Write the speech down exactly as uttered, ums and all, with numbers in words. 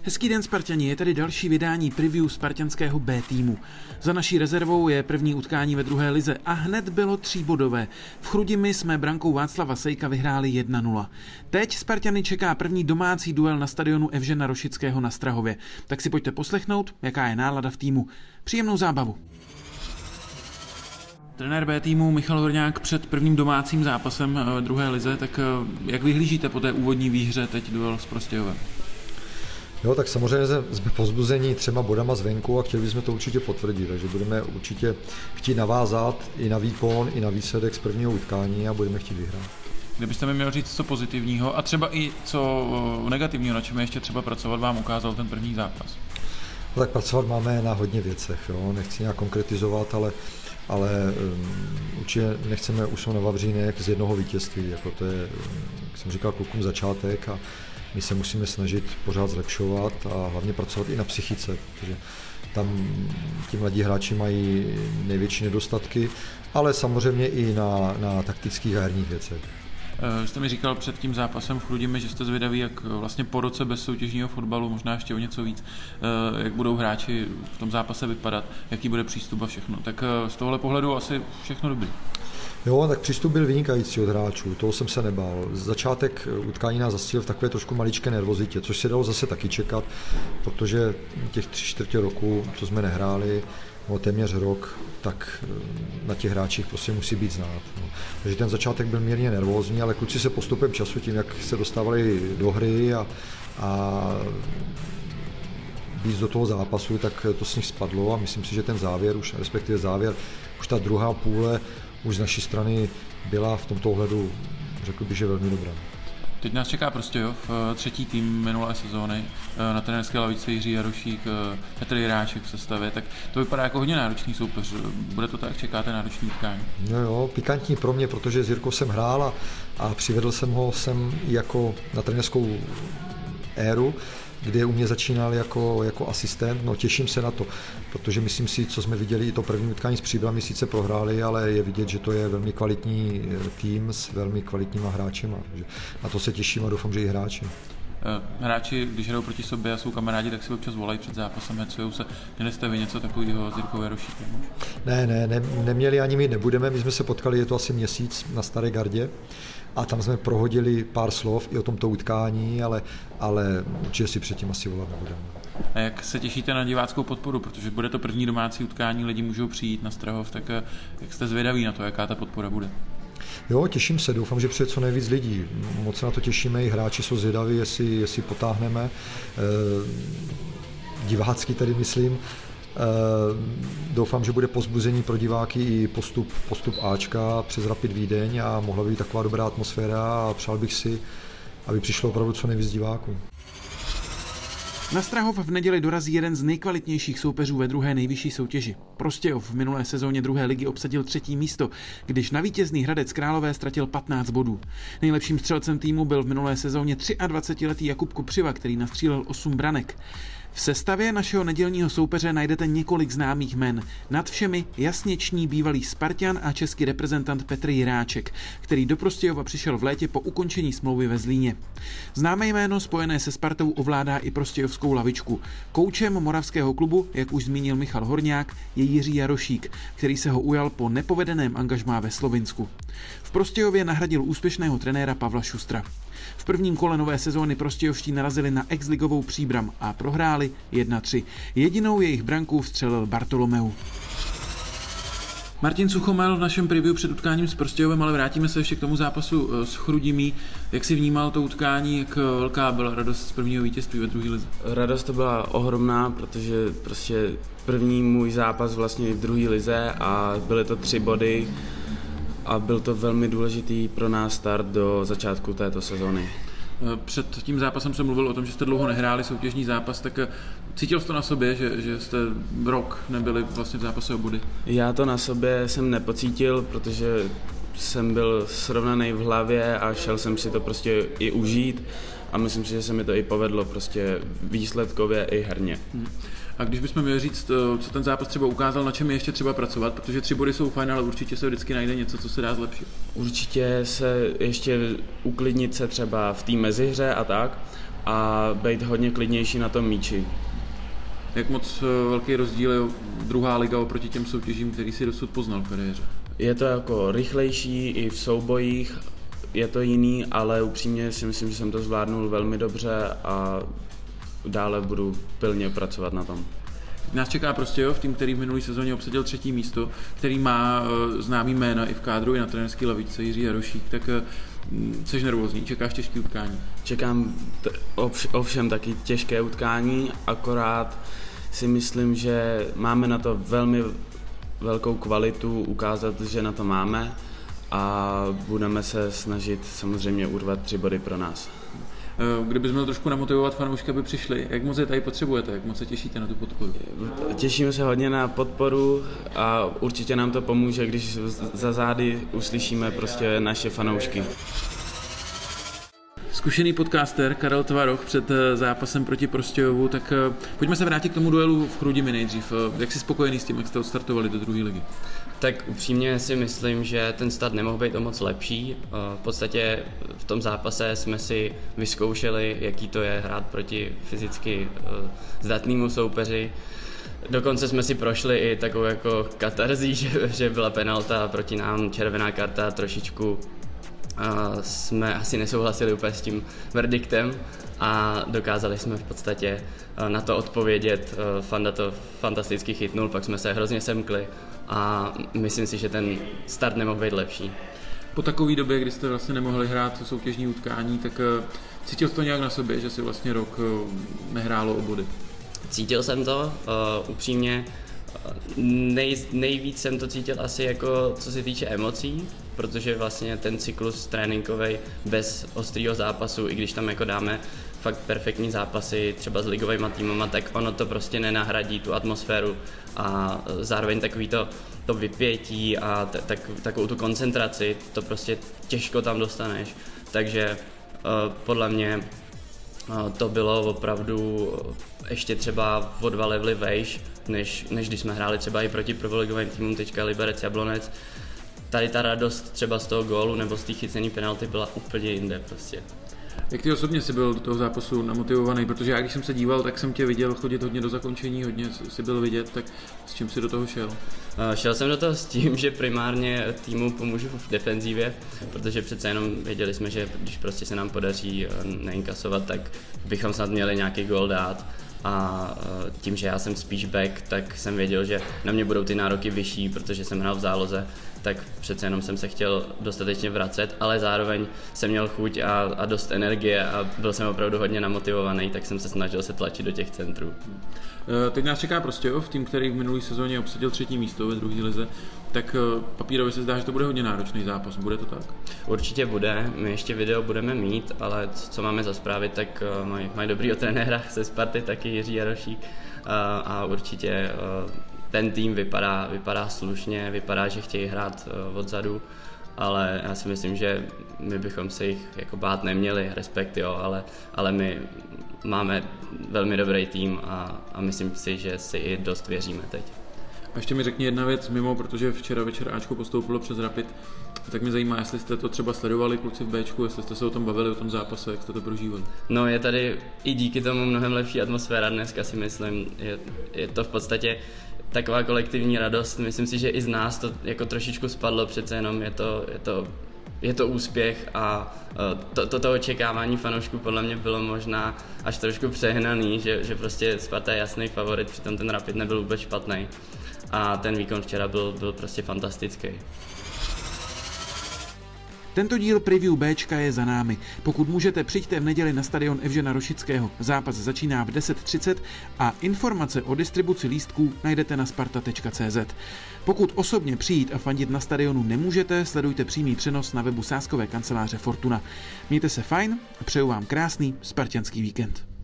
Hezký den, Spartani, je tady další vydání preview spartanského B týmu. Za naší rezervou je první utkání ve druhé lize a hned bylo tříbodové. V Chrudimi jsme brankou Václava Sejka vyhráli jedna nula. Teď Spartany čeká první domácí duel na stadionu Evžena Rošického na Strahově. Tak si pojďte poslechnout, jaká je nálada v týmu. Příjemnou zábavu. Trenér B týmu Michal Horňák před prvním domácím zápasem druhé lize, tak jak vyhlížíte po té úvodní výhře teď duel s Prostějovem? Jo, tak samozřejmě jsme pozbuzení třema bodama zvenku a chtěli bychom to určitě potvrdit, takže budeme určitě chtít navázat i na výkon, i na výsledek z prvního utkání a budeme chtít vyhrát. Kdybyste mi měl říct co pozitivního a třeba i co negativního, na čem ještě třeba pracovat, vám ukázal ten první zápas? No, tak pracovat máme na hodně věcech, jo. Nechci nějak konkretizovat, ale, ale um, určitě nechceme už na Vavřínek z jednoho vítězství, jako to je, jak jsem říkal, klukům začátek a my se musíme snažit pořád zlepšovat a hlavně pracovat i na psychice, protože tam ti mladí hráči mají největší nedostatky, ale samozřejmě i na, na taktických a herních věcech. Jste mi říkal před tím zápasem v Chrudimi, že jste zvědaví, jak vlastně po roce bez soutěžního fotbalu, možná ještě o něco víc, jak budou hráči v tom zápase vypadat, jaký bude přístup a všechno. Tak z tohohle pohledu asi všechno dobrý. Jo, tak přístup byl vynikající od hráčů, toho jsem se nebál. Začátek utkání nás zastihl v takové trošku maličké nervozitě, což se dalo zase taky čekat, protože těch tři čtvrtě roku, co jsme nehráli, no téměř rok, tak na těch hráčích prostě musí být znát. No. Takže ten začátek byl mírně nervózní, ale kluci se postupem času, tím jak se dostávali do hry a, a víc do toho zápasu, tak to s nich spadlo a myslím si, že ten závěr, už, respektive závěr, už ta druhá půle už z naší strany byla v tomto ohledu, řekl bych, že velmi dobrá. Teď nás čeká Prostějov, třetí tým minulé sezóny, na trenérské lavici Jiří Jarošík, Petr Jiráček v sestavě, tak to vypadá jako hodně náročný soupeř. Bude to tak, čekáte náročný utkání? No jo, pikantní pro mě, protože s Jirkou jsem hrál a, a přivedl jsem ho sem jako na trenérskou éru, kde u mě začínal jako, jako asistent. No těším se na to, protože myslím si, co jsme viděli, i to první utkání s Příbrami sice prohráli, ale je vidět, že to je velmi kvalitní tým s velmi kvalitníma hráči. Na to se těším a doufám, že i hráči. Hráči, když hrajou proti sobě a jsou kamarádi, tak si občas volají před zápasem, hecujou se. Měli jste vy něco takového s Jirkou Jarošíkem? Ne, ne, ne, neměli, ani my nebudeme. My jsme se potkali, je to asi měsíc na Staré Gardě a tam jsme prohodili pár slov i o tomto utkání, ale, ale určitě si předtím asi volat nebudeme. A jak se těšíte na diváckou podporu, protože bude to první domácí utkání, lidi můžou přijít na Strahov, tak jak jste zvědaví na to, jaká ta podpora bude? Jo, těším se, doufám, že přijde co nejvíc lidí. Moc se na to těšíme, i hráči jsou zvědaví, jestli, jestli potáhneme. E, divácky tedy myslím. E, doufám, že bude povzbuzení pro diváky i postup, postup Ačka přes Rapid Vídeň a mohla by být taková dobrá atmosféra a přál bych si, aby přišlo opravdu co nejvíc diváků. Na Strahov v neděli dorazí jeden z nejkvalitnějších soupeřů ve druhé nejvyšší soutěži. Prostějov v minulé sezóně druhé ligy obsadil třetí místo, když na vítězný Hradec Králové ztratil patnáct bodů. Nejlepším střelcem týmu byl v minulé sezóně dvacetiletý Jakub Kopřiva, který nastřílel osm branek. V sestavě našeho nedělního soupeře najdete několik známých jmen. Nad všemi jasněční bývalý Spartan a český reprezentant Petr Jiráček, který do Prostějova přišel v létě po ukončení smlouvy ve Zlíně. Známé jméno spojené se Spartou ovládá i prostějovskou lavičku. Koučem moravského klubu, jak už zmínil Michal Horňák, je Jiří Jarošík, který se ho ujal po nepovedeném angažmá ve Slovinsku. V Prostějově nahradil úspěšného trenéra Pavla Šustra. V prvním kole nové sezóny prostějovští narazili na exligovou Příbram a prohráli jedna tři. Jedinou jejich branku vstřelil Bartolomeu. Martin Suchomel v našem preview před utkáním s Prostějovem, ale vrátíme se ještě k tomu zápasu s Chrudimí. Jak si vnímal to utkání, jak velká byla radost z prvního vítězství ve druhé lize? Radost to byla ohromná, protože prostě první můj zápas vlastně v druhé lize a byly to tři body a byl to velmi důležitý pro nás start do začátku této sezóny. Před tím zápasem jsem mluvil o tom, že jste dlouho nehráli soutěžní zápas, tak cítil jste to na sobě, že, že jste rok nebyli vlastně v zápase o body? Já to na sobě jsem nepocítil, protože jsem byl srovnaný v hlavě a šel jsem si to prostě i užít a myslím si, že se mi to i povedlo prostě výsledkově i herně. Hmm. A když bychom měli říct, co ten zápas třeba ukázal, na čem je ještě třeba pracovat, protože tři body jsou fajn, ale určitě se vždycky najde něco, co se dá zlepšit. Určitě se ještě uklidnit se třeba v té mezihře a tak. a být hodně klidnější na tom míči. Jak moc velký rozdíl je druhá liga oproti těm soutěžím, který si dosud poznal v kariéře? Je to jako rychlejší i v soubojích, je to jiný, ale upřímně si myslím, že jsem to zvládnul velmi dobře a dále budu pilně pracovat na tom. Nás čeká Prostějov, tým, který v minulý sezóně obsadil třetí místo, který má uh, známý jména i v kádru, i na trenérský lavičce, Jiří Jarošík, tak uh, jsi nervózní, čekáš těžké utkání? Čekám t- ovš- ovšem taky těžké utkání, akorát si myslím, že máme na to velmi velkou kvalitu, ukázat, že na to máme a budeme se snažit samozřejmě urvat tři body pro nás. Kdybys měl trošku namotivovat fanoušky, aby přišli, jak moc je tady potřebujete, jak moc se těšíte na tu podporu? Těšíme se hodně na podporu a určitě nám to pomůže, když za zády uslyšíme prostě naše fanoušky. Zkušený podcaster Karel Tvaroch před zápasem proti Prostějovu, tak pojďme se vrátit k tomu duelu v Chrudimi nejdřív. Jak jsi spokojený s tím, jak jste odstartovali do druhé ligy? Tak upřímně si myslím, že ten start nemohl být o moc lepší. V podstatě v tom zápase jsme si vyzkoušeli, jaký to je hrát proti fyzicky zdatnému soupeři. Dokonce jsme si prošli i takovou jako katarzí, že, že byla penalta proti nám, červená karta, trošičku a jsme asi nesouhlasili úplně s tím verdiktem a dokázali jsme v podstatě na to odpovědět. Fanda to fantasticky chytnul, pak jsme se hrozně semkli a myslím si, že ten start nemohl být lepší. Po takové době, kdy jste vlastně nemohli hrát soutěžní utkání, tak cítil jsi to nějak na sobě, že si vlastně rok nehrálo o body? Cítil jsem to, uh, upřímně. Nej, nejvíc jsem to cítil asi jako co se týče emocí, protože vlastně ten cyklus tréninkovej bez ostrýho zápasu, i když tam jako dáme fakt perfektní zápasy třeba s ligovými týmama, tak ono to prostě nenahradí tu atmosféru a zároveň takový to, to vypětí a t- tak, takovou tu koncentraci, to prostě těžko tam dostaneš, takže uh, podle mě uh, to bylo opravdu ještě třeba o dva levely vejš, než, než když jsme hráli třeba i proti prvoligovým týmům, teďka Liberec, Jablonec. Tady ta radost třeba z toho gólu nebo z té chycené penalty byla úplně jinde prostě. Jak ty osobně jsi byl do toho zápasu namotivovaný, protože já když jsem se díval, tak jsem tě viděl chodit hodně do zakončení, hodně si byl vidět, tak s čím jsi do toho šel? Šel jsem do toho s tím, že primárně týmu pomůžu v defenzívě, protože přece jenom věděli jsme, že když prostě se nám podaří neinkasovat, tak bychom snad měli nějaký gól dát. A tím, že já jsem spíš back, tak jsem věděl, že na mě budou ty nároky vyšší, protože jsem hrál v záloze, tak přece jenom jsem se chtěl dostatečně vracet, ale zároveň jsem měl chuť a, a dost energie a byl jsem opravdu hodně namotivovaný, tak jsem se snažil se tlačit do těch centrů. Teď nás čeká Prostějov, tým, který v minulý sezóně obsadil třetí místo ve druhé lize, tak papírově se zdá, že to bude hodně náročný zápas, bude to tak? Určitě bude, my ještě video budeme mít, ale co máme za zprávy, tak mají, mají dobrýho trenéra ze Sparty, taky Jiří Jarošík a, a určitě ten tým vypadá, vypadá slušně, vypadá, že chtějí hrát odzadu, ale já si myslím, že my bychom se jich jako bát neměli, respekt jo, ale, ale my máme velmi dobrý tým a, a myslím si, že si i dost věříme teď. A ještě mi řekni jedna věc mimo, protože včera večer Ačko postoupilo přes Rapid, tak mě zajímá, jestli jste to třeba sledovali kluci v Bčku, jestli jste se o tom bavili, o tom zápase, jak jste to prožívali. No je tady i díky tomu mnohem lepší atmosféra dneska, si myslím, je, je to v podstatě taková kolektivní radost, myslím si, že i z nás to jako trošičku spadlo, přece jenom je to, je to, je to úspěch a to, to, to očekávání fanoušků podle mě bylo možná až trošku přehnaný, že, že prostě Sparta je jasný favorit, přitom ten Rapid nebyl vůbec špatný a ten výkon včera byl, byl prostě fantastický. Tento díl preview Bčka je za námi. Pokud můžete, přijďte v neděli na stadion Evžena Rošického. Zápas začíná v deset třicet a informace o distribuci lístků najdete na sparta tečka cé zet. Pokud osobně přijít a fandit na stadionu nemůžete, sledujte přímý přenos na webu sázkové kanceláře Fortuna. Mějte se fajn a přeju vám krásný spartanský víkend.